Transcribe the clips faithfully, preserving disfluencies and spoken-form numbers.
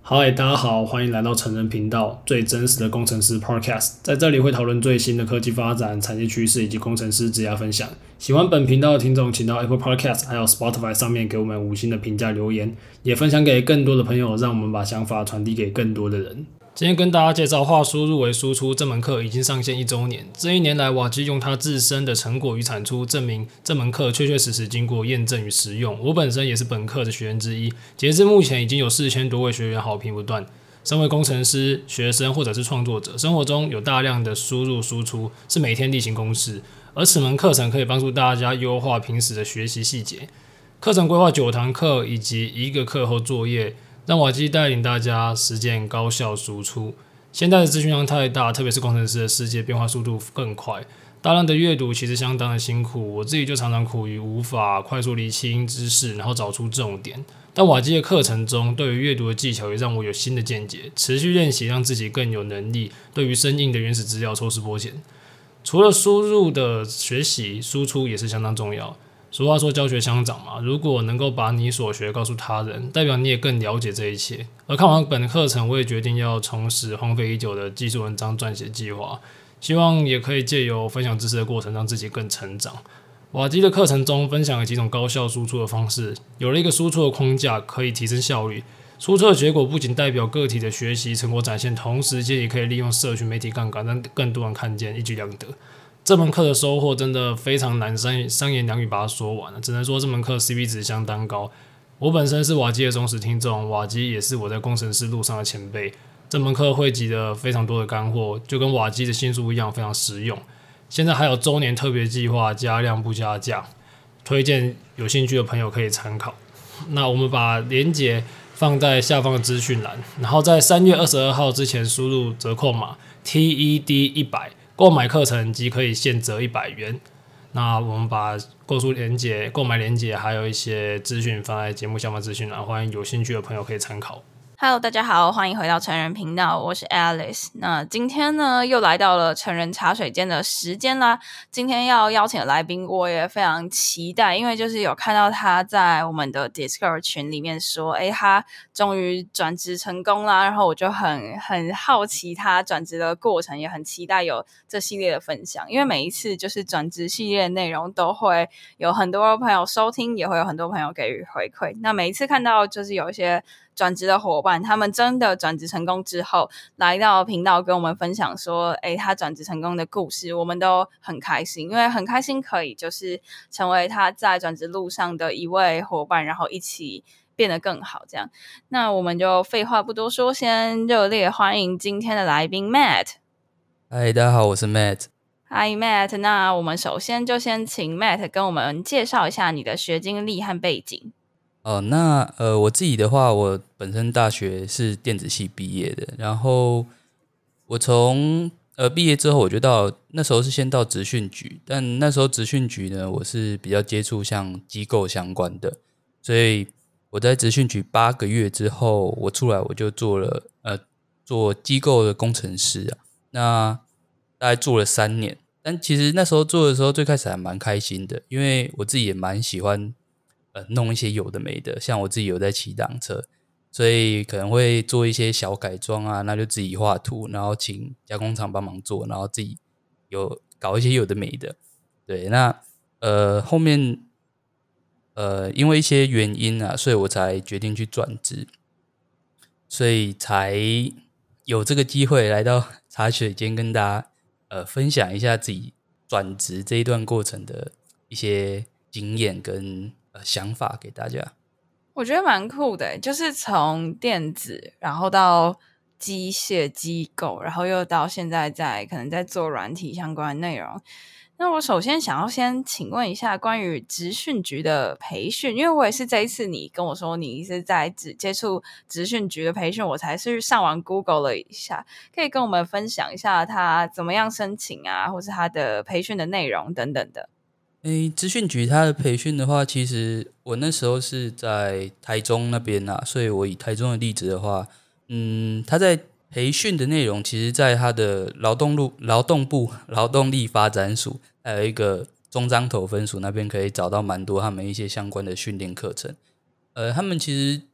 嗨，大家好，欢迎来到成人频道，最真实的工程师 Podcast。在这里会讨论最新的科技发展、产业趋势以及工程师职业分享。喜欢本频道的听众，请到 Apple Podcast 还有 Spotify 上面给我们五星的评价留言，也分享给更多的朋友，让我们把想法传递给更多的人。今天跟大家介绍化输入为输出这门课已经上线一周年。这一年来，瓦基用它自身的成果与产出，证明这门课确确实实经过验证与实用。我本身也是本课的学员之一，截至目前已经有四千多位学员好评不断。身为工程师、学生或者是创作者，生活中有大量的输入输出，是每天例行公事。而此门课程可以帮助大家优化平时的学习细节。课程规划九堂课以及一个课后作业，让瓦基带领大家实践高效输出。现在的资讯量太大，特别是工程师的世界变化速度更快，大量的阅读其实相当的辛苦。我自己就常常苦于无法快速厘清知识，然后找出重点。但瓦基的课程中，对于阅读的技巧也让我有新的见解，持续练习让自己更有能力对于生硬的原始资料抽丝剥茧。除了输入的学习，输出也是相当重要。俗话说教学相长嘛，如果能够把你所学告诉他人，代表你也更了解这一切。而看完本课程，我也决定要重拾荒废已久的技术文章撰写计划，希望也可以借由分享知识的过程，让自己更成长。瓦基的课程中分享了几种高效输出的方式，有了一个输出的框架，可以提升效率。输出的结果不仅代表个体的学习成果展现，同时也可以利用社群媒体杠杆，让更多人看见，一举两得。这门课的收获真的非常难三言两语把它说完了，只能说这门课 C P 值相当高。我本身是瓦基的忠实听众，瓦基也是我在工程师路上的前辈。这门课汇集了非常多的干货，就跟瓦基的新书一样，非常实用。现在还有周年特别计划，加量不加价，推荐有兴趣的朋友可以参考。那我们把连结放在下方的资讯栏，然后在三月二十二号之前输入折扣码 T E D 一百，购买课程即可以现折一百元。那我们把购书连结、购买连结还有一些资讯放在节目下方资讯栏，欢迎有兴趣的朋友可以参考。 Hello， 大家好，欢迎回到成人频道，我是 Alice。那今天呢，又来到了成人茶水间的时间啦。今天要邀请的来宾，我也非常期待，因为就是有看到他在我们的 Discord 群里面说，诶，他终于转职成功啦。然后我就很很好奇他转职的过程，也很期待有这系列的分享。因为每一次就是转职系列的内容，都会有很多朋友收听，也会有很多朋友给予回馈。那每一次看到就是有一些转职的伙伴，他们真的转职成功之后来到频道跟我们分享说，诶，他转职成功的故事，我们都很开心，因为很开心可以就是成为他在转职路上的一位伙伴，然后一起变得更好这样。那我们就废话不多说，先热烈欢迎今天的来宾 Matt。 嗨，大家好，我是 Matt。 Hi Matt， 那我们首先就先请 Matt 跟我们介绍一下你的学经历和背景。 哦，那呃，我自己的话，我本身大学是电子系毕业的，然后我从呃毕业之后，我就到那时候是先到职训局，但那时候职训局呢，我是比较接触像机构相关的，所以我在职训局八个月之后，我出来我就做了呃做机构的工程师啊，那大概做了三年，但其实那时候做的时候，最开始还蛮开心的，因为我自己也蛮喜欢。呃，弄一些有的没的，像我自己有在骑挡车，所以可能会做一些小改装啊，那就自己画图，然后请加工厂帮忙做，然后自己有搞一些有的没的。对，那呃后面呃因为一些原因啊，所以我才决定去转职，所以才有这个机会来到茶水间跟大家呃分享一下自己转职这一段过程的一些经验跟想法给大家。 我觉得蛮酷的，就是从电子然后到机械机构，然后又到现在在可能在做软体相关的内容。那我首先想要先请问一下关于职训局的培训，因为我也是这一次你跟我说你是在接触职训局的培训，我才是上网 Google 了一下，可以跟我们分享一下他怎么样申请啊，或是他的培训的内容等等的。 诶，资讯局它的培训的话，其实我那时候是在台中那边啊，所以我以台中的例子的话，嗯，他在培训的内容，其实在他的劳动路、劳动部劳动力发展署，还有一个中彰投分署那边可以找到蛮多他们一些相关的训练课程。呃，他们其实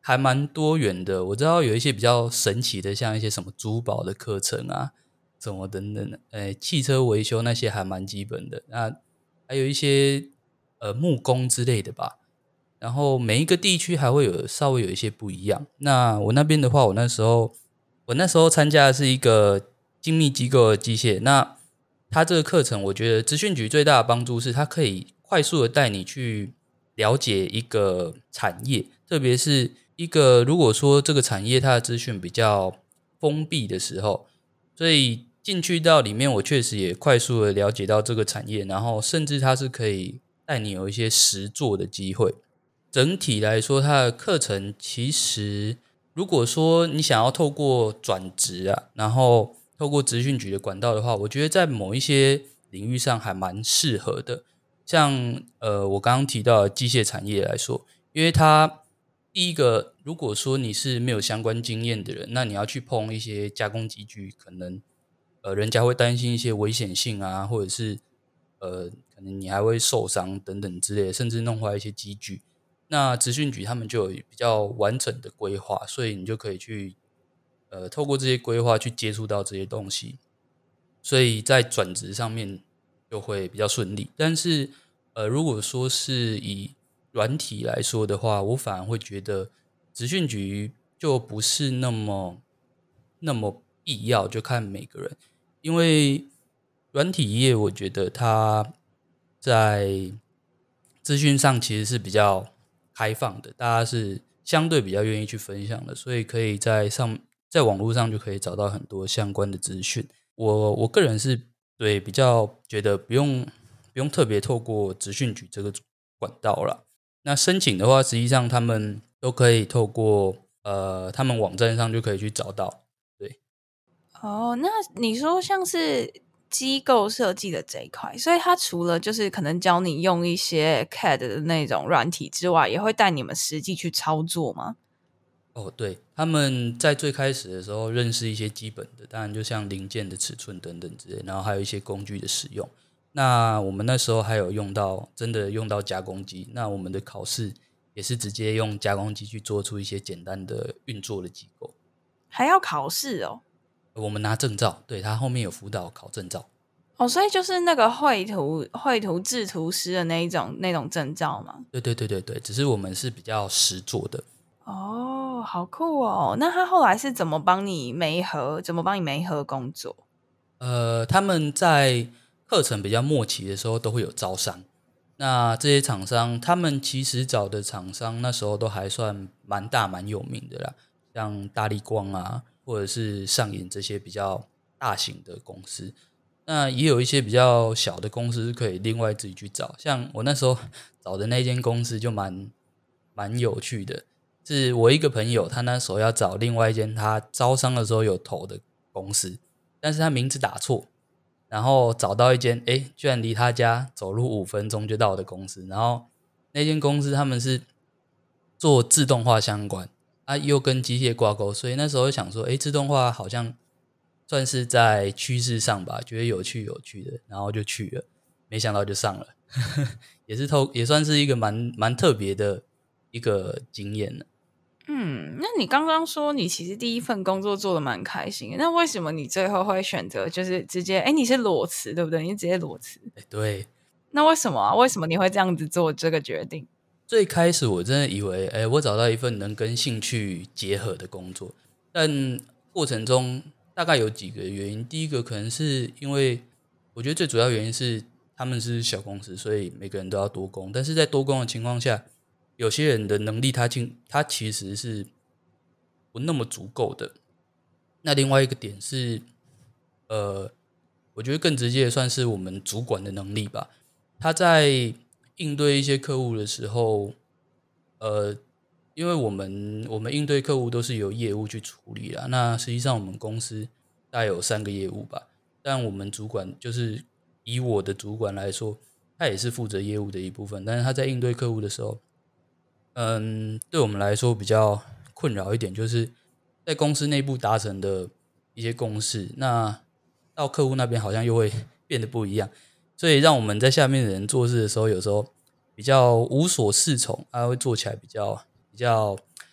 还蛮多元的。我知道有一些比较神奇的，像一些什么珠宝的课程啊，什么等等的，呃，汽车维修那些还蛮基本的。那还有一些呃木工之类的吧。然后每一个地区还会有稍微有一些不一样。那我那边的话，我那时候我那时候参加的是一个精密机构的机械。那它这个课程，我觉得资讯局最大的帮助是它可以快速的带你去了解一个产业，特别是一个如果说这个产业它的资讯比较封闭的时候，所以进去到里面，我确实也快速的了解到这个产业，然后甚至它是可以带你有一些实作的机会。整体来说，它的课程其实如果说你想要透过转职啊，然后透过资讯局的管道的话，我觉得在某一些领域上还蛮适合的。像呃，我刚刚提到的机械产业来说，因为它第一个，如果说你是没有相关经验的人，那你要去碰一些加工机具，可能呃，人家会担心一些危险性啊，或者是呃，可能你还会受伤等等之类的，甚至弄坏一些机具。那资讯局他们就有比较完整的规划，所以你就可以去呃，透过这些规划去接触到这些东西，所以在转职上面就会比较顺利。但是呃，如果说是以软体来说的话，我反而会觉得资讯局就不是那么那么必要，就看每个人。因为软体业我觉得它在资讯上其实是比较开放的，大家是相对比较愿意去分享的，所以可以在上在网络上就可以找到很多相关的资讯。我我个人是对比较觉得不用不用特别透过资讯局这个管道啦。那申请的话，实际上他们都可以透过呃他们网站上就可以去找到。对， 哦，那你说像是机构设计的这一块，所以他除了就是可能教你用一些 C A D 的那种软体之外，也会带你们实际去操作吗？ 哦，对，他们在最开始的时候认识一些基本的，当然就像零件的尺寸等等之类，然后还有一些工具的使用。那我们那时候还有用到真的用到加工机，那我们的考试也是直接用加工机去做出一些简单的运作的机构。 还要考试哦？ 我们拿证照，对，他后面有辅导考证照。 哦，所以就是那个绘图绘图制图师的那一种那种证照吗？ 对对对对对，只是我们是比较实做的。 哦，好酷哦！那他后来是怎么帮你媒合？怎么帮你媒合工作？ 呃，他们在课程比较末期的时候都会有招商。那这些厂商，他们其实找的厂商那时候都还算蛮大蛮有名的啦，像大立光啊，或者是上影这些比较大型的公司。那也有一些比较小的公司可以另外自己去找，像我那时候找的那间公司就蛮蛮有趣的，是我一个朋友，他那时候要找另外一间他招商的时候有投的公司，但是他名字打错，然后找到一间诶居然离他家走路五分钟就到的公司，然后那间公司他们是做自动化相关啊，又跟机械挂钩，所以那时候想说诶自动化好像算是在趋势上吧，觉得有趣有趣的，然后就去了，没想到就上了也是透也算是一个蛮蛮特别的一个经验了。 嗯，那你刚刚说你其实第一份工作做得蛮开心的，那为什么你最后会选择就是直接哎，你是裸辞对不对？你是直接裸辞？ 对， 那为什么啊？为什么你会这样子做这个决定？ 最开始我真的以为诶我找到一份能跟兴趣结合的工作，但过程中大概有几个原因。第一个可能是因为我觉得最主要原因是他们是小公司，所以每个人都要多工，但是在多工的情况下，有些人的能力他他其实是不那么足够的。那另外一个点是呃，我觉得更直接的算是我们主管的能力吧。他在应对一些客户的时候，呃，因为我们我们应对客户都是由业务去处理啦，那实际上我们公司大概有三个业务吧，但我们主管就是以我的主管来说，他也是负责业务的一部分，但是他在应对客户的时候，嗯，对我们来说比较困扰一点，就是在公司内部达成的一些共识，那到客户那边好像又会变得不一样，所以让我们在下面的人做事的时候，有时候比较无所适从，他会做起来比较比较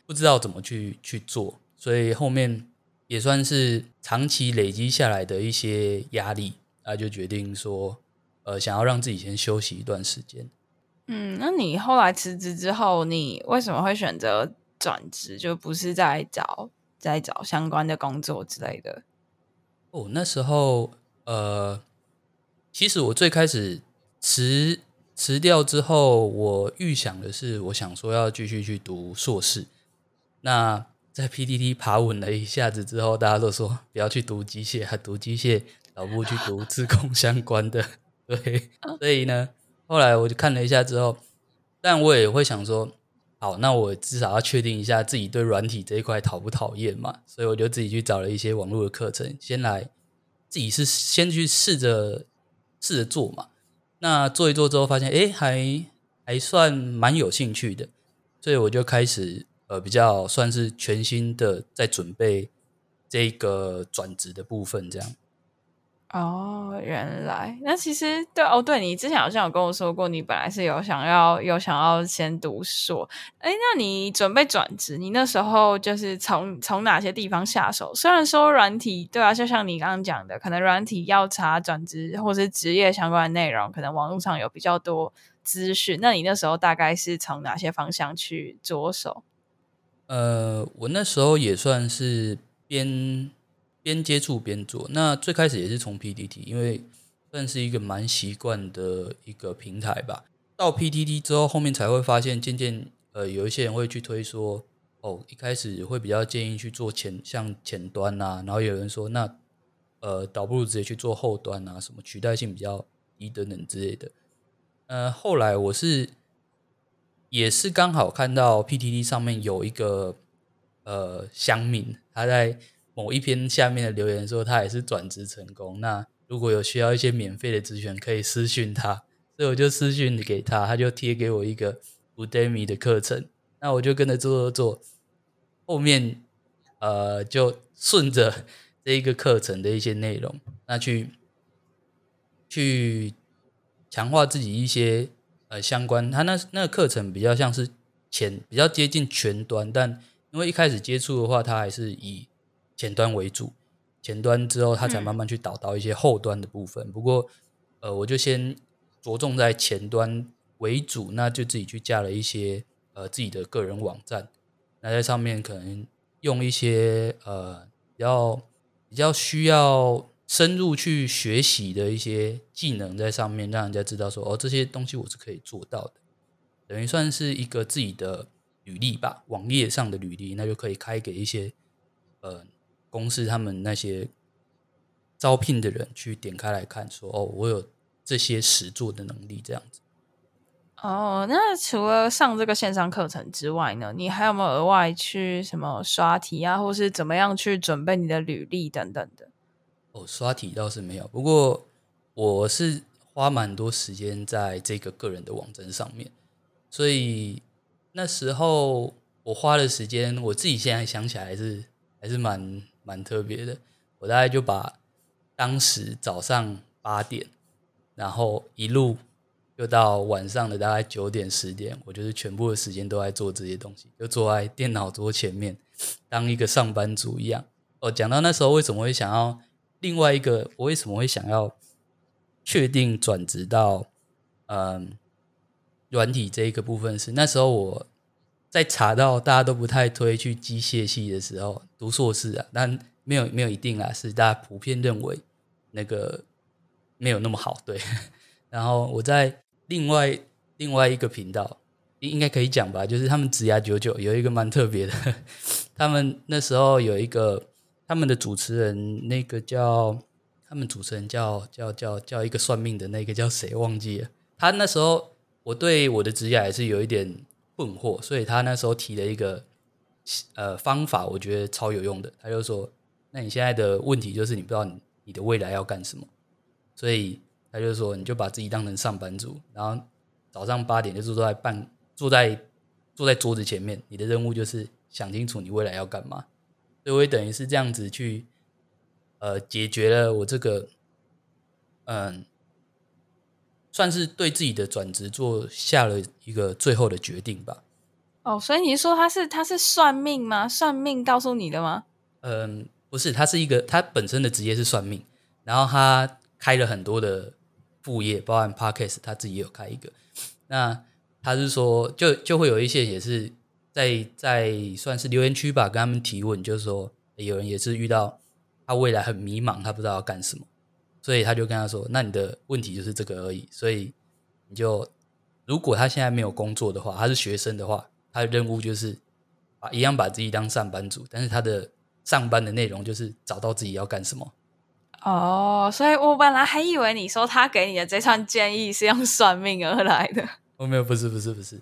不知道怎么去去做，所以后面也算是长期累积下来的一些压力，那就决定说，呃，想要让自己先休息一段时间。 嗯，那你后来辞职之后，你为什么会选择转职，就不是在找在找相关的工作之类的？ 哦，那时候呃，其实我最开始辞辞掉之后，我预想的是，我想说要继续去读硕士。那在 P T T 爬稳了一下子之后，大家都说不要去读机械，还读机械，倒不如去读自工相关的。对，所以呢，后来我就看了一下之后，但我也会想说，好，那我至少要确定一下自己对软体这一块讨不讨厌嘛，所以我就自己去找了一些网络的课程，先来自己是先去试着试着做嘛。那做一做之后发现，诶，还还算蛮有兴趣的，所以我就开始呃比较算是全心的在准备这个转职的部分，这样。 哦，原来那其实对哦，对你之前好像有跟我说过，你本来是有想要有想要先读硕，哎，那你准备转职，你那时候就是从从哪些地方下手？虽然说软体，对啊，就像你刚刚讲的，可能软体要查转职或是职业相关的内容，可能网络上有比较多资讯。那你那时候大概是从哪些方向去着手？ 呃，我那时候也算是边边接触边做。那最开始也是从 P T T， 因为算是一个蛮习惯的一个平台吧。到 P T T 之后，后面才会发现，渐渐呃，有一些人会去推说，哦，一开始会比较建议去做前像前端啊，然后有人说，那呃，倒不如直接去做后端啊，什么取代性比较低等等之类的。呃，后来我是也是刚好看到 P T T 上面有一个呃乡民，他在某一篇下面的留言说他也是转职成功，那如果有需要一些免费的资源可以私讯他，所以我就私讯给他，他就贴给我一个 Udemy 的课程，那我就跟着做做做，后面呃就顺着这一个课程的一些内容，那去去强化自己一些呃相关，他那那个课程比较像是前比较接近前端，但因为一开始接触的话，它还是以前端为主，前端之后它才慢慢去导到一些后端的部分。嗯、不过呃，我就先着重在前端为主，那就自己去架了一些呃自己的个人网站，那在上面可能用一些呃比较比较需要深入去学习的一些技能在上面，让人家知道说哦，这些东西我是可以做到的，等于算是一个自己的履历吧，网页上的履历，那就可以开给一些呃公司他们那些招聘的人去点开来看说，哦，我有这些实作的能力这样子。 哦，那除了上这个线上课程之外呢，你还有没有额外去什么刷题啊，或是怎么样去准备你的履历等等的？ 哦，刷题倒是没有，不过我是花蛮多时间在这个个人的网站上面，所以那时候我花的时间，我自己现在想起来还是还是蛮蛮特别的。我大概就把当时早上八点，然后一路就到晚上的大概九点十点，我就是全部的时间都在做这些东西，就坐在电脑桌前面，当一个上班族一样。哦，讲到那时候为什么会想要另外一个，我为什么会想要确定转职到嗯软体这一个部分是，那时候我在查到大家都不太推去机械系的时候，读硕士啊，但没有没有一定啦，是大家普遍认为那个没有那么好，对。然后我在另外另外一个频道，应该可以讲吧，就是他们职涯九九有一个蛮特别的，他们那时候有一个他们的主持人，那个叫他们主持人叫叫叫叫一个算命的那个叫谁忘记了，他那时候我对我的职涯还是有一点困惑，所以他那时候提了一个呃方法，我觉得超有用的。他就说，那你现在的问题就是你不知道 你, 你的未来要干什么，所以他就说你就把自己当成上班族，然后早上八点就坐在办坐在坐在桌子前面，你的任务就是想清楚你未来要干嘛。所以我也等于是这样子去呃解决了我这个嗯。算是对自己的转职做下了一个最后的决定吧。 哦，所以你是说他是他是算命吗？算命告诉你的吗？ 嗯，不是，他是一个，他本身的职业是算命，然后他开了很多的副业，包含 podcast， 他自己也有开一个。那他是说，就就会有一些也是在在算是留言区吧，跟他们提问，就是说有人也是遇到他未来很迷茫，他不知道要干什么，所以他就跟他说，那你的问题就是这个而已，所以你就如果他现在没有工作的话，他是学生的话，他的任务就是把一样把自己当上班族，但是他的上班的内容就是找到自己要干什么。 哦，所以我本来还以为你说他给你的这串建议是用算命而来的。 哦，没有，不是不是不是。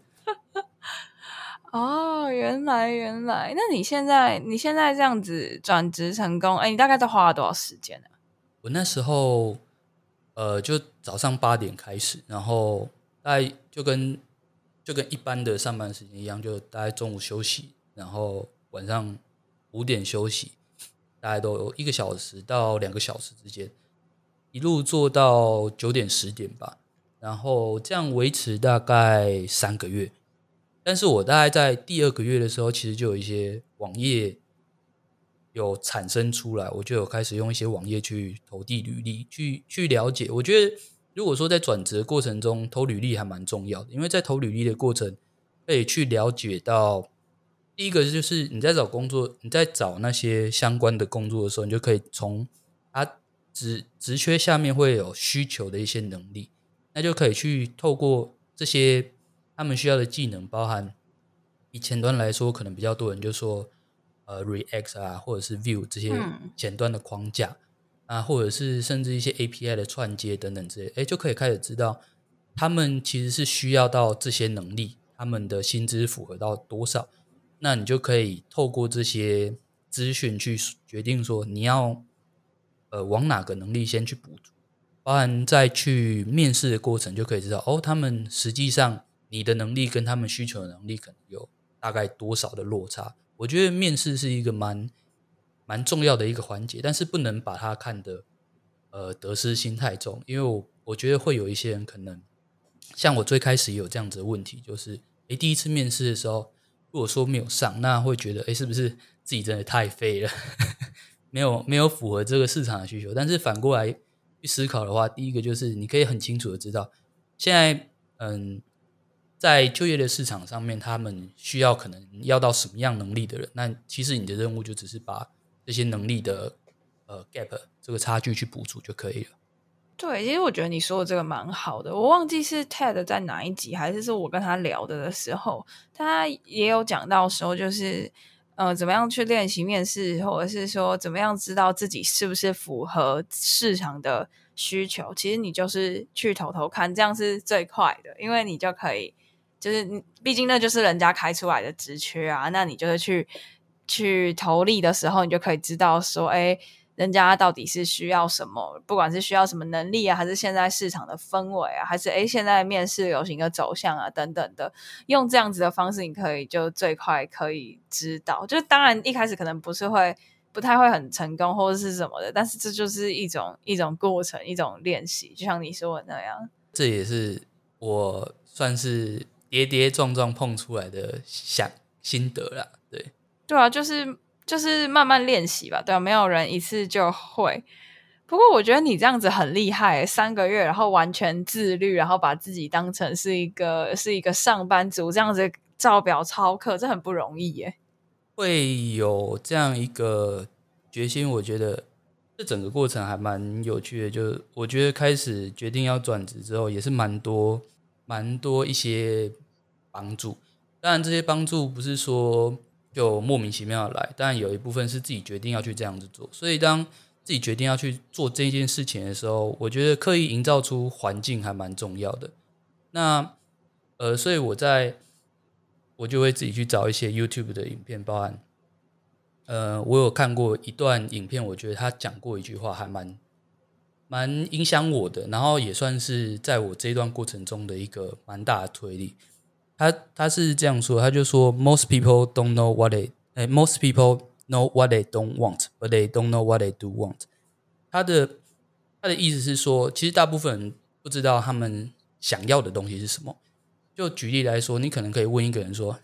哦，原来原来，那你现在你现在这样子转职成功，哎，你大概都花了多少时间呢？ 我那时候呃，就早上八点开始，然后大概就跟就跟一般的上班时间一样，就大概中午休息，然后晚上五点休息，大概都有一个小时到两个小时之间，一路做到九点十点吧，然后这样维持大概三个月。但是我大概在第二个月的时候，其实就有一些网页有产生出来，我就有开始用一些网页去投递履历，去去了解。我觉得如果说在转职的过程中投履历还蛮重要的，因为在投履历的过程可以去了解到，第一个就是你在找工作，你在找那些相关的工作的时候，你就可以从它职职缺下面会有需求的一些能力，那就可以去透过这些他们需要的技能，包含以前端来说，可能比较多人就说呃 React 啊，或者是 Vue 这些前端的框架、嗯、啊，或者是甚至一些 A P I 的串接等等之类，哎，就可以开始知道他们其实是需要到这些能力，他们的薪资符合到多少，那你就可以透过这些资讯去决定说你要呃往哪个能力先去补足，包含在去面试的过程就可以知道哦，他们实际上你的能力跟他们需求的能力可能有大概多少的落差。我觉得面试是一个蛮蛮重要的一个环节，但是不能把它看得呃得失心太重，因为我我觉得会有一些人可能像我最开始也有这样子的问题，就是诶第一次面试的时候如果说没有上，那会觉得诶是不是自己真的太废了没有没有符合这个市场的需求。但是反过来去思考的话，第一个就是你可以很清楚的知道现在嗯在就业的市场上面他们需要可能要到什么样能力的人，那其实你的任务就只是把这些能力的呃 gap 这个差距去补足就可以了。 对，其实我觉得你说的这个蛮好的，我忘记是 Ted 在哪一集还是是我跟他聊的的时候，他也有讲到说就是呃，怎么样去练习面试，或者是说怎么样知道自己是不是符合市场的需求，其实你就是去投投看，这样是最快的，因为你就可以就是你毕竟那就是人家开出来的职缺啊，那你就是去去投递的时候，你就可以知道说诶人家到底是需要什么，不管是需要什么能力啊，还是现在市场的氛围啊，还是诶现在面试流行的走向啊等等的，用这样子的方式你可以就最快可以知道，就当然一开始可能不是会不太会很成功或者是什么的，但是这就是一种一种过程，一种练习，就像你说的那样。 这也是我算是跌跌撞撞碰出来的想心得啦。对对啊，就是就是慢慢练习吧，对啊，没有人一次就会。不过我觉得你这样子很厉害，三个月然后完全自律，然后把自己当成是一个是一个上班族，这样子照表操课，这很不容易耶。 会有这样一个决心，我觉得这整个过程还蛮有趣的，就我觉得开始决定要转职之后也是蛮多蛮多一些帮助，当然这些帮助不是说就莫名其妙的来，当然有一部分是自己决定要去这样子做，所以当自己决定要去做这件事情的时候，我觉得刻意营造出环境还蛮重要的。那呃，所以我在我就会自己去找一些 YouTube 的影片，包含呃，我有看过一段影片，我觉得他讲过一句话还蛮蛮影响我的，然后也算是在我这一段过程中的一个蛮大的推力。他他是这样说，他就说 Most people don't know what they、eh, Most people know what they don't want, but they don't know what they do want。他的他的意思是说，其实大部分人不知道他们想要的东西是什么。就举例来说，你可能可以问一个人说：“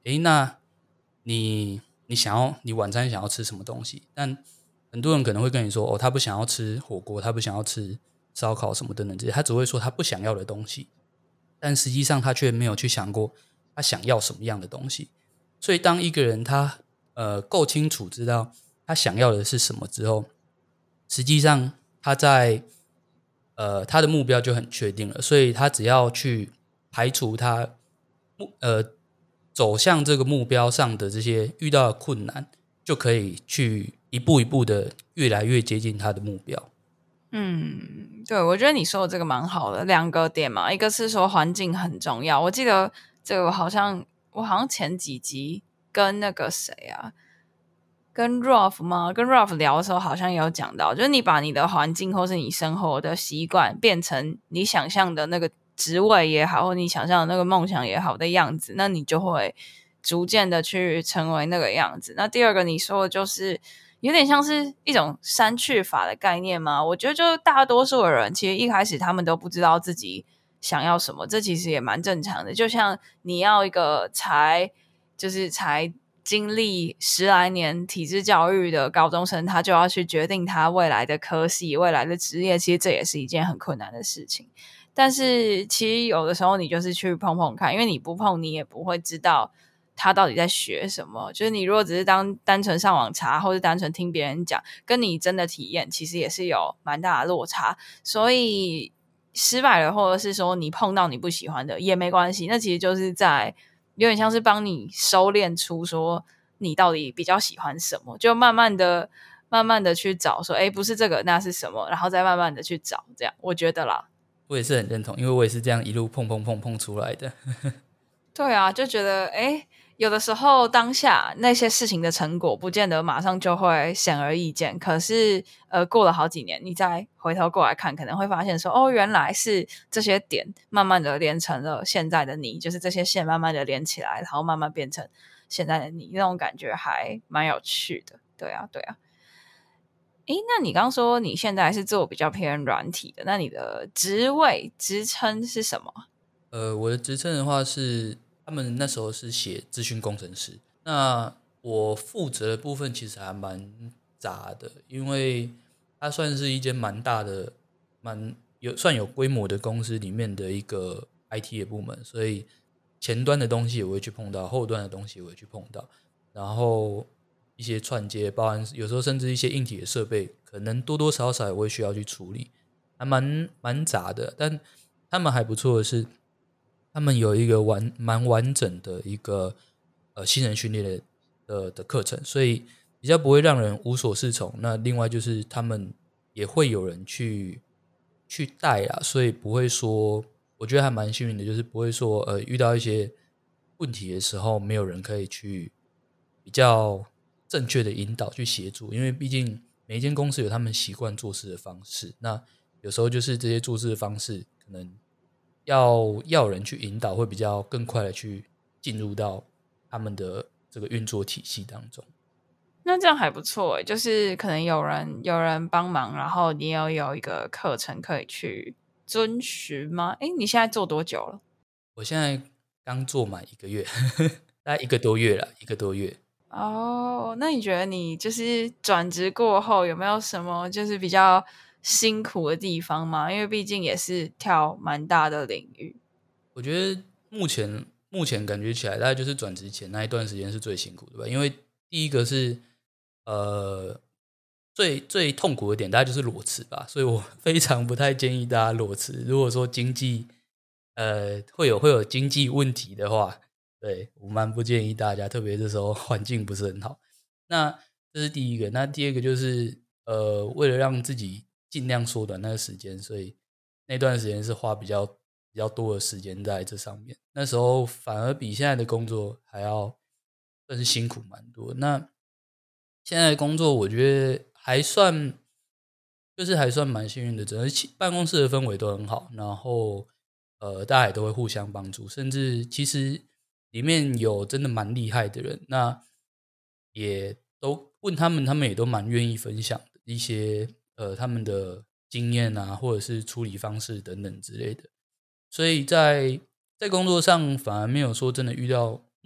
诶，那你你想要你晚餐想要吃什么东西？但很多人可能会跟你说，哦，他不想要吃火锅，他不想要吃烧烤什么等等这些，他只会说他不想要的东西，但实际上他却没有去想过他想要什么样的东西。所以当一个人他呃够清楚知道他想要的是什么之后，实际上他在呃他的目标就很确定了，所以他只要去排除他呃走向这个目标上的这些遇到的困难，就可以去一步一步的越来越接近他的目标。 嗯，对，我觉得你说的这个蛮好的，两个点嘛，一个是说环境很重要，我记得这个我好像我好像前几集跟那个谁啊，跟 Ralph 吗？跟 Ralph 聊的时候好像有讲到，就是你把你的环境或是你生活的习惯变成你想象的那个职位也好，或你想象的那个梦想也好的样子，那你就会逐渐的去成为那个样子。那第二个你说的就是有点像是一种删去法的概念吗？我觉得就大多数的人其实一开始他们都不知道自己想要什么，这其实也蛮正常的。就像你要一个才就是才经历十来年体制教育的高中生，他就要去决定他未来的科系、未来的职业，其实这也是一件很困难的事情。但是其实有的时候你就是去碰碰看，因为你不碰你也不会知道他到底在学什么。就是你如果只是当单纯上网查，或是单纯听别人讲，跟你真的体验其实也是有蛮大的落差。所以失败了，或者是说你碰到你不喜欢的也没关系，那其实就是在有点像是帮你收敛出说你到底比较喜欢什么，就慢慢的慢慢的去找说，诶，不是这个那是什么，然后再慢慢的去找，这样我觉得啦。 我也是很认同，因为我也是这样一路碰碰碰碰出来的。 对啊，就觉得诶有的时候当下那些事情的成果不见得马上就会显而易见，可是呃过了好几年你再回头过来看，可能会发现说哦原来是这些点慢慢的连成了现在的你，就是这些线慢慢的连起来，然后慢慢变成现在的你，那种感觉还蛮有趣的。对啊对啊。诶，那你刚刚说你现在是做比较偏软体的，那你的职位职称是什么？ 呃，我的职称的话是，他们那时候是写资讯工程师，那我负责的部分其实还蛮杂的，因为它算是一间蛮大的、蛮有算有规模的公司里面的一个 I T 的部门，所以前端的东西也会去碰到，后端的东西也会去碰到，然后一些串接，包含有时候甚至一些硬体的设备，可能多多少少也会需要去处理，还蛮蛮杂的。但他们还不错的是，他们有一个完蛮完整的一个呃新人训练的的的课程，所以比较不会让人无所适从。那另外就是他们也会有人去去带啊，所以不会说，我觉得还蛮幸运的，就是不会说呃遇到一些问题的时候，没有人可以去比较正确的引导去协助，因为毕竟每一间公司有他们习惯做事的方式，那有时候就是这些做事的方式可能要要人去引导，会比较更快的去进入到他们的这个运作体系当中。 那这样还不错诶，就是可能有人有人帮忙，然后你也有一个课程可以去遵循吗？诶，你现在做多久了？ 我现在刚做满一个月，大概一个多月了，一个多月。 哦，那你觉得你就是转职过后有没有什么就是比较辛苦的地方吗？因为毕竟也是跳蛮大的领域。 我觉得目前目前感觉起来，大概就是转职前那一段时间是最辛苦的吧，因为第一个是呃最最痛苦的点，大概就是裸辞吧，所以我非常不太建议大家裸辞。如果说经济呃会有会有经济问题的话，对我蛮不建议大家，特别这时候环境不是很好。那这是第一个，那第二个就是呃为了让自己尽量缩短那个时间，所以那段时间是花比较比较多的时间在这上面。那时候反而比现在的工作还要算是辛苦蛮多。那现在的工作我觉得还算就是还算蛮幸运的，整个办公室的氛围都很好，然后呃大家也都会互相帮助，甚至其实里面有真的蛮厉害的人，那也都问他们，他们也都蛮愿意分享的一些呃他们的经验啊，或者是处理方式等等之类的。所以在在工作上反而没有说真的遇到，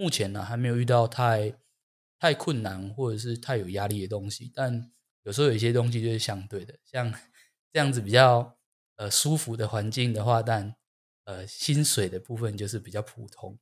目前呢、啊、还没有遇到太太困难或者是太有压力的东西，但有时候有一些东西就是相对的，像这样子比较呃舒服的环境的话，但呃薪水的部分就是比较普通。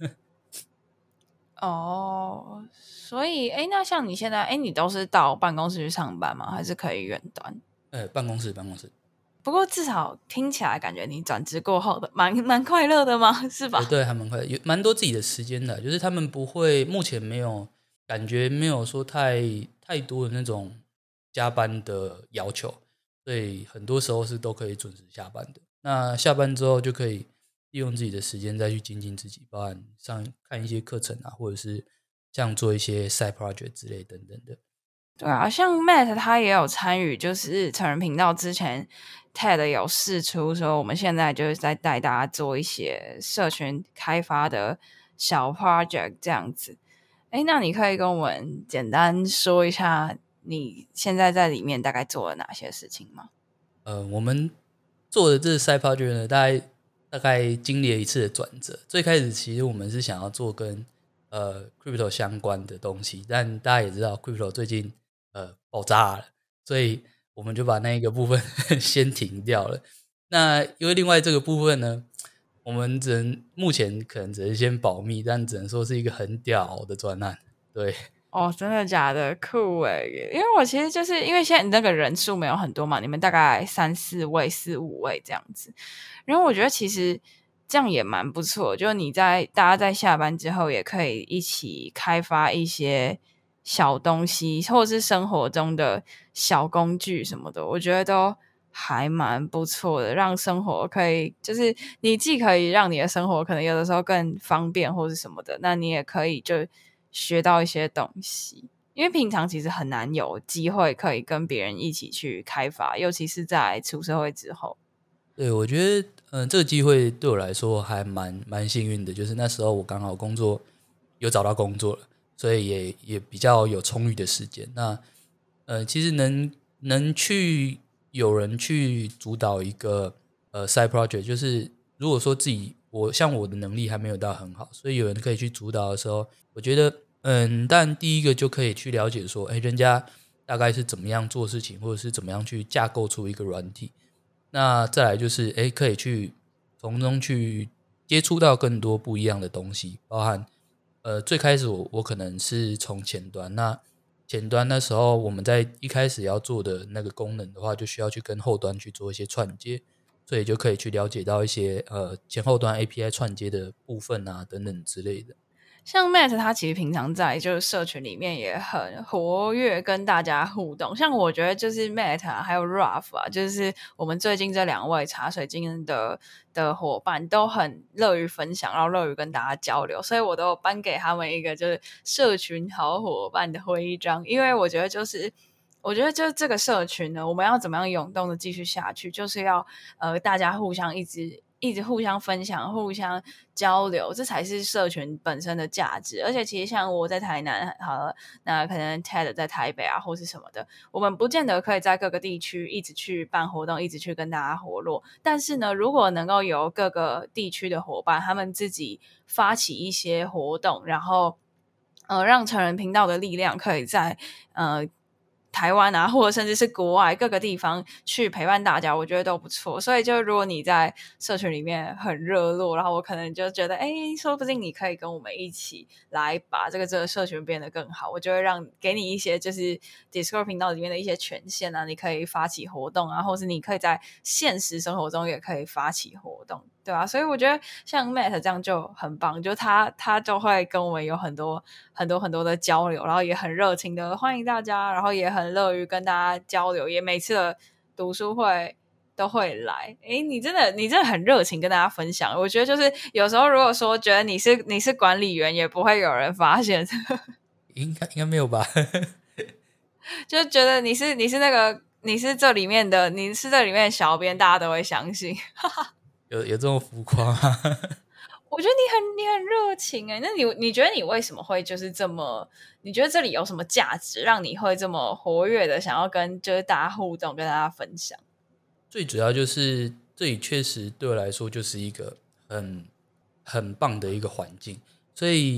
哦，所以哎，那像你现在哎，你都是到办公室去上班吗？还是可以远端？ 呃，办公室办公室。 不过至少听起来感觉你转职过后的蛮蛮快乐的吗？是吧？ 对对，还蛮快乐，有蛮多自己的时间的，就是他们不会，目前没有感觉没有说太太多的那种加班的要求，所以很多时候是都可以准时下班的。那下班之后就可以利用自己的时间再去精进自己，包含上看一些课程啊，或者是像做一些 side project 之类等等的。 对啊，像 Matt 他也有参与，就是成人频道之前 Ted 有释出说，我们现在就是在带大家做一些社群开发的小 project 这样子。哎，那你可以跟我们简单说一下你现在在里面大概做了哪些事情吗？ 呃，我们做的这 side project 呢，大概大概经历了一次的转折。最开始其实我们是想要做跟呃 crypto 相关的东西，但大家也知道 crypto 最近呃爆炸了，所以我们就把那一个部分先停掉了。那因为另外这个部分呢，我们只能目前可能只能先保密，但只能说是一个很屌的专案。对。 哦，真的假的？酷诶！因为我其实就是因为现在你那个人数没有很多嘛，你们大概三四位、四五位这样子。然后我觉得其实这样也蛮不错，就是你在大家在下班之后也可以一起开发一些小东西，或者是生活中的小工具什么的，我觉得都还蛮不错的，让生活可以就是你既可以让你的生活可能有的时候更方便或是什么的，那你也可以就学到一些东西。因为平常其实很难有机会可以跟别人一起去开发，尤其是在出社会之后。 对，我觉得，嗯、呃，这个机会对我来说还蛮蛮幸运的，就是那时候我刚好工作有找到工作了，所以也也比较有充裕的时间。那，呃，其实能能去有人去主导一个呃 side project，就是如果说自己我像我的能力还没有到很好，所以有人可以去主导的时候，我觉得，嗯，但第一个就可以去了解说，哎，人家大概是怎么样做事情，或者是怎么样去架构出一个软体。那再来就是，诶，可以去从中去接触到更多不一样的东西，包含呃，最开始我我可能是从前端，那前端那时候我们在一开始要做的那个功能的话，就需要去跟后端去做一些串接，所以就可以去了解到一些呃前后端 A P I 串接的部分啊等等之类的。 像 Matt 他其实平常在就是社群里面也很活跃，跟大家互动。像我觉得就是 Matt 啊，还有 Ralph 啊，就是我们最近这两位茶水晶的的伙伴都很乐于分享，然后乐于跟大家交流，所以我都颁给他们一个就是社群好伙伴的徽章。因为我觉得就是我觉得就是这个社群呢，我们要怎么样涌动的继续下去，就是要呃大家互相一直一直互相分享、互相交流，这才是社群本身的价值。而且其实像我在台南好了，那可能 Ted 在台北啊或是什么的，我们不见得可以在各个地区一直去办活动，一直去跟大家活络。但是呢，如果能够由各个地区的伙伴他们自己发起一些活动，然后呃让成人频道的力量可以在呃台湾啊，或者甚至是国外各个地方去陪伴大家，我觉得都不错。所以就如果你在社群里面很热络，然后我可能就觉得哎，说不定你可以跟我们一起来把这个这个社群变得更好，我就会让给你一些就是 Discord 频道里面的一些权限啊，你可以发起活动啊，或是你可以在现实生活中也可以发起活动，对啊，所以我觉得像 Matt 这样就很棒，就他他就会跟我们有很多很多很多的交流，然后也很热情的欢迎大家，然后也很乐于跟大家交流，也每次的读书会都会来。诶，你真的你真的很热情跟大家分享，我觉得就是有时候如果说觉得你是你是管理员，也不会有人发现应该应该没有吧？ 就觉得你是你是那个你是这里面的你是这里面的小编，大家都会相信有有这么浮夸吗？ 我觉得你很你很热情哎，那你你觉得你为什么会就是这么？你觉得这里有什么价值，让你会这么活跃的想要跟就是大家互动，跟大家分享？ 最主要就是这里确实对我来说就是一个很很棒的一个环境，所以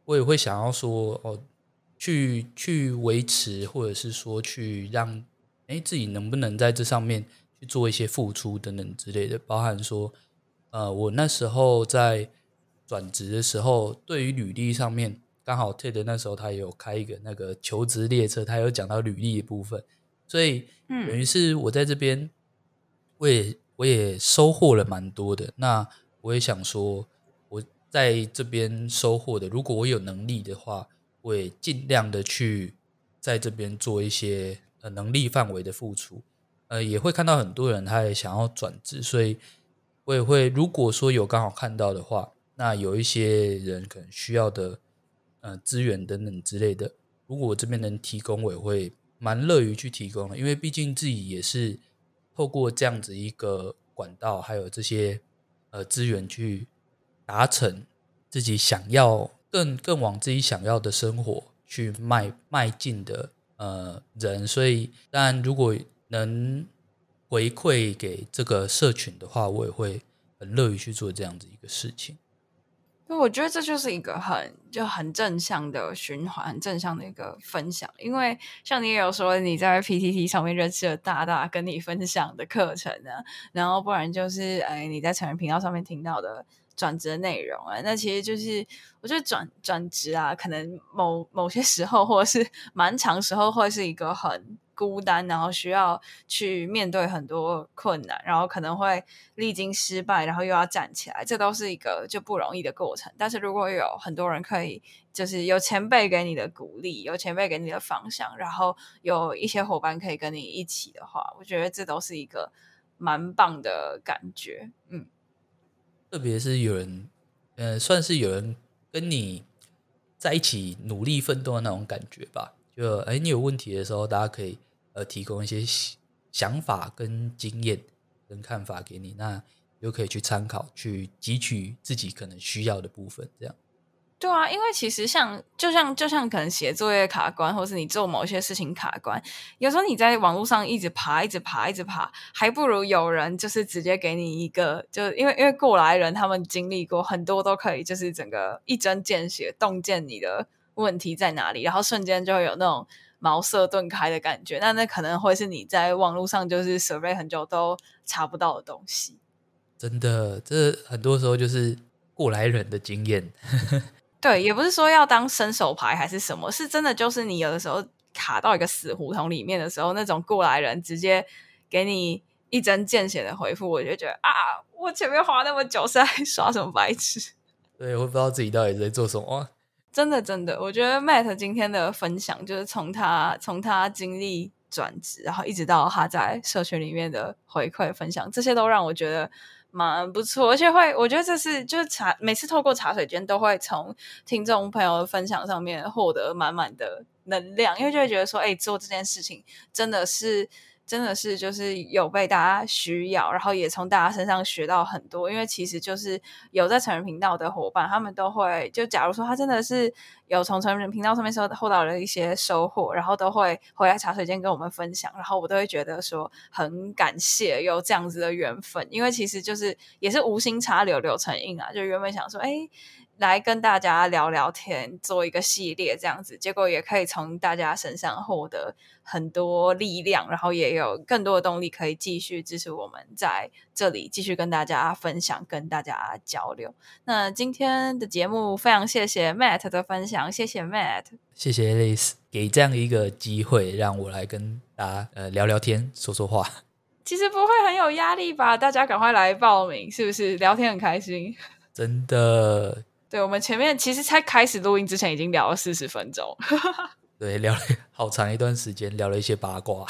我也会想要说哦，去去维持，或者是说去让哎自己能不能在这上面去做一些付出等等之类的，包含说呃我那时候在转职的时候，对于履历上面刚好 Ted 那时候他也有开一个那个求职列车，他有讲到履历的部分，所以等于是我在这边我也我也收获了蛮多的。那我也想说我在这边收获的，如果我有能力的话，我也尽量的去在这边做一些呃能力范围的付出。呃，也会看到很多人他也想要转职，所以我也会如果说有刚好看到的话，那有一些人可能需要的呃资源等等之类的，如果我这边能提供，我也会蛮乐于去提供的，因为毕竟自己也是透过这样子一个管道，还有这些呃资源去达成自己想要更更往自己想要的生活去迈迈进的呃人，所以当然如果能回馈给这个社群的话，我也会很乐于去做这样子一个事情。 我觉得这就是一个很就很正向的循环，很正向的一个分享。因为像你也有说你在 P T T 上面认识了大大跟你分享的课程啊，然后不然就是哎你在成人频道上面听到的转职的内容啊，那其实就是我觉得转转职啊，可能某某些时候或者是蛮长时候会是一个很孤单，然后需要去面对很多困难，然后可能会历经失败，然后又要站起来，这都是一个就不容易的过程。但是如果有很多人可以就是有前辈给你的鼓励，有前辈给你的方向，然后有一些伙伴可以跟你一起的话，我觉得这都是一个蛮棒的感觉。嗯， 特别是有人呃算是有人跟你在一起努力奋斗的那种感觉吧，就哎你有问题的时候，大家可以呃提供一些想法跟经验跟看法给你，那又可以去参考，去汲取自己可能需要的部分这样。 对啊，因为其实像就像就像可能写作业卡关，或是你做某些事情卡关，有时候你在网络上一直爬一直爬一直爬，还不如有人就是直接给你一个，就因为因为过来人他们经历过很多，都可以就是整个一针见血洞见你的问题在哪里，然后瞬间就会有那种茅塞顿开的感觉。那那可能会是你在网络上就是 survey 很久都查不到的东西。 真的，这很多时候就是过来人的经验。 对，也不是说要当伸手牌还是什么，是真的就是你有的时候卡到一个死胡同里面的时候，那种过来人直接给你一针见血的回复，我就觉得啊，我前面花那么久是在耍什么白痴。 对，我不知道自己到底在做什么。 真的真的，我觉得 Matt 今天的分享就是从他从他经历转职，然后一直到他在社群里面的回馈分享，这些都让我觉得蛮不错，而且会我觉得这是就是茶每次透过茶水间都会从听众朋友的分享上面获得满满的能量，因为就会觉得说哎，做这件事情真的是真的是就是有被大家需要，然后也从大家身上学到很多。因为其实就是有在成人频道的伙伴，他们都会就假如说他真的是有从成人频道上面收获到了一些收获，然后都会回来茶水间跟我们分享，然后我都会觉得说很感谢有这样子的缘分。因为其实就是也是无心插柳柳成荫啊，就原本想说哎来跟大家聊聊天，做一个系列这样子，结果也可以从大家身上获得很多力量，然后也有更多的动力可以继续支持我们在这里继续跟大家分享，跟大家交流。那今天的节目非常谢谢 Matt 的分享，谢谢 Matt， 谢谢 Alice 给这样一个机会让我来跟大家呃聊聊天说说话。 其实不会很有压力吧，大家赶快来报名，是不是聊天很开心？ 真的， 对，我们前面其实才开始录音之前已经聊了四十分钟。 对，聊了好长一段时间，聊了一些八卦。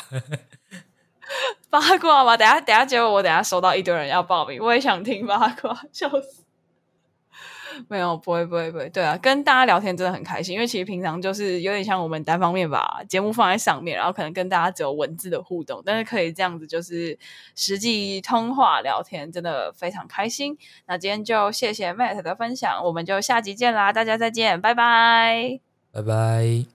八卦吗？等一下等一下，结果我等一下收到一堆人要报名，我也想听八卦，笑死。没有，不会不会不会，对啊，跟大家聊天真的很开心，因为其实平常就是有点像我们单方面把节目放在上面，然后可能跟大家只有文字的互动，但是可以这样子就是实际通话聊天，真的非常开心。那今天就谢谢 Matt 的分享，我们就下集见啦，大家再见，拜拜， 拜拜。